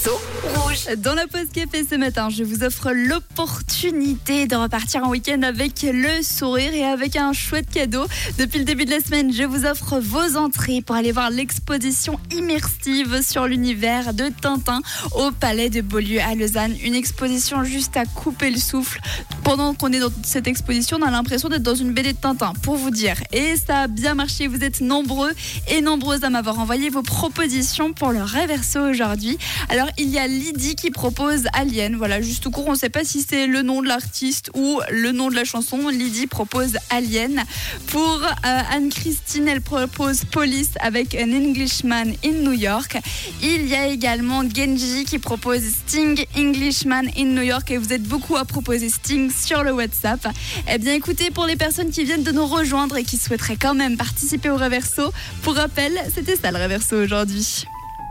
Réverso rouge. Dans la pause café ce matin, je vous offre l'opportunité de repartir en week-end avec le sourire et avec un chouette cadeau. Depuis le début de la semaine, je vous offre vos entrées pour aller voir l'exposition immersive sur l'univers de Tintin au Palais de Beaulieu à Lausanne. Une exposition juste à couper le souffle. Pendant qu'on est dans cette exposition, on a l'impression d'être dans une BD de Tintin, pour vous dire. Et ça a bien marché, vous êtes nombreux et nombreuses à m'avoir envoyé vos propositions pour le Réverso aujourd'hui. Alors, il y a Lydie qui propose Alien. Voilà, juste au court, on ne sait pas si c'est le nom de l'artiste ou le nom de la chanson. Lydie propose Alien. Pour Anne-Christine, elle propose Police avec An Englishman in New York. Il y a également Genji qui propose Sting, Englishman in New York. Et vous êtes beaucoup à proposer Sting sur le WhatsApp. Eh bien, écoutez, pour les personnes qui viennent de nous rejoindre et qui souhaiteraient quand même participer au Réverso, pour rappel, c'était ça le Réverso aujourd'hui.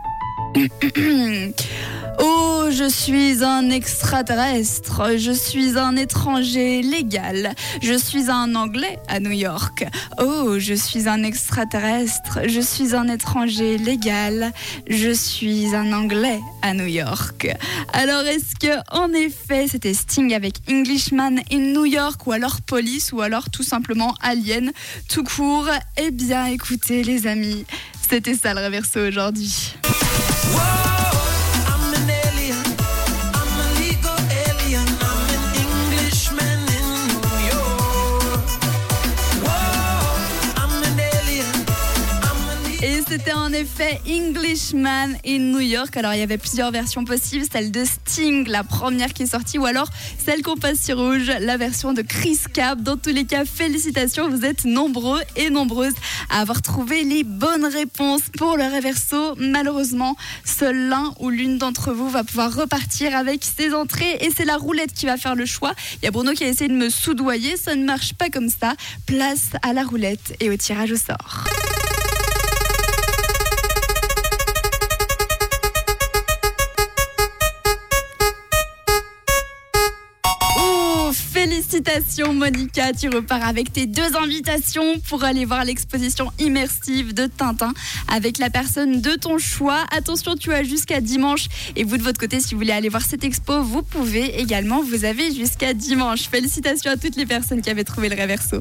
Oh, je suis un extraterrestre, je suis un étranger légal, je suis un Anglais à New York. Oh, je suis un extraterrestre, je suis un étranger légal, je suis un Anglais à New York. Alors, est-ce que, en effet, c'était Sting avec Englishman in New York, ou alors Police, ou alors tout simplement Alien, tout court? Eh bien, écoutez, les amis, c'était ça le Réverso aujourd'hui. Et c'était en effet Englishman in New York. Alors il y avait plusieurs versions possibles, celle de Sting, la première qui est sortie, ou alors celle qu'on passe sur Rouge, la version de Chris Cab. Dans tous les cas, félicitations, vous êtes nombreux et nombreuses à avoir trouvé les bonnes réponses pour le Réverso. Malheureusement, seul l'un ou l'une d'entre vous va pouvoir repartir avec ses entrées et c'est la roulette qui va faire le choix. Il y a Bruno qui a essayé de me soudoyer, ça ne marche pas comme ça. Place à la roulette et au tirage au sort. Félicitations Monica, tu repars avec tes 2 invitations pour aller voir l'exposition immersive de Tintin avec la personne de ton choix. Attention, tu as jusqu'à dimanche et vous de votre côté, si vous voulez aller voir cette expo, vous pouvez également, vous avez jusqu'à dimanche. Félicitations à toutes les personnes qui avaient trouvé le Réverso.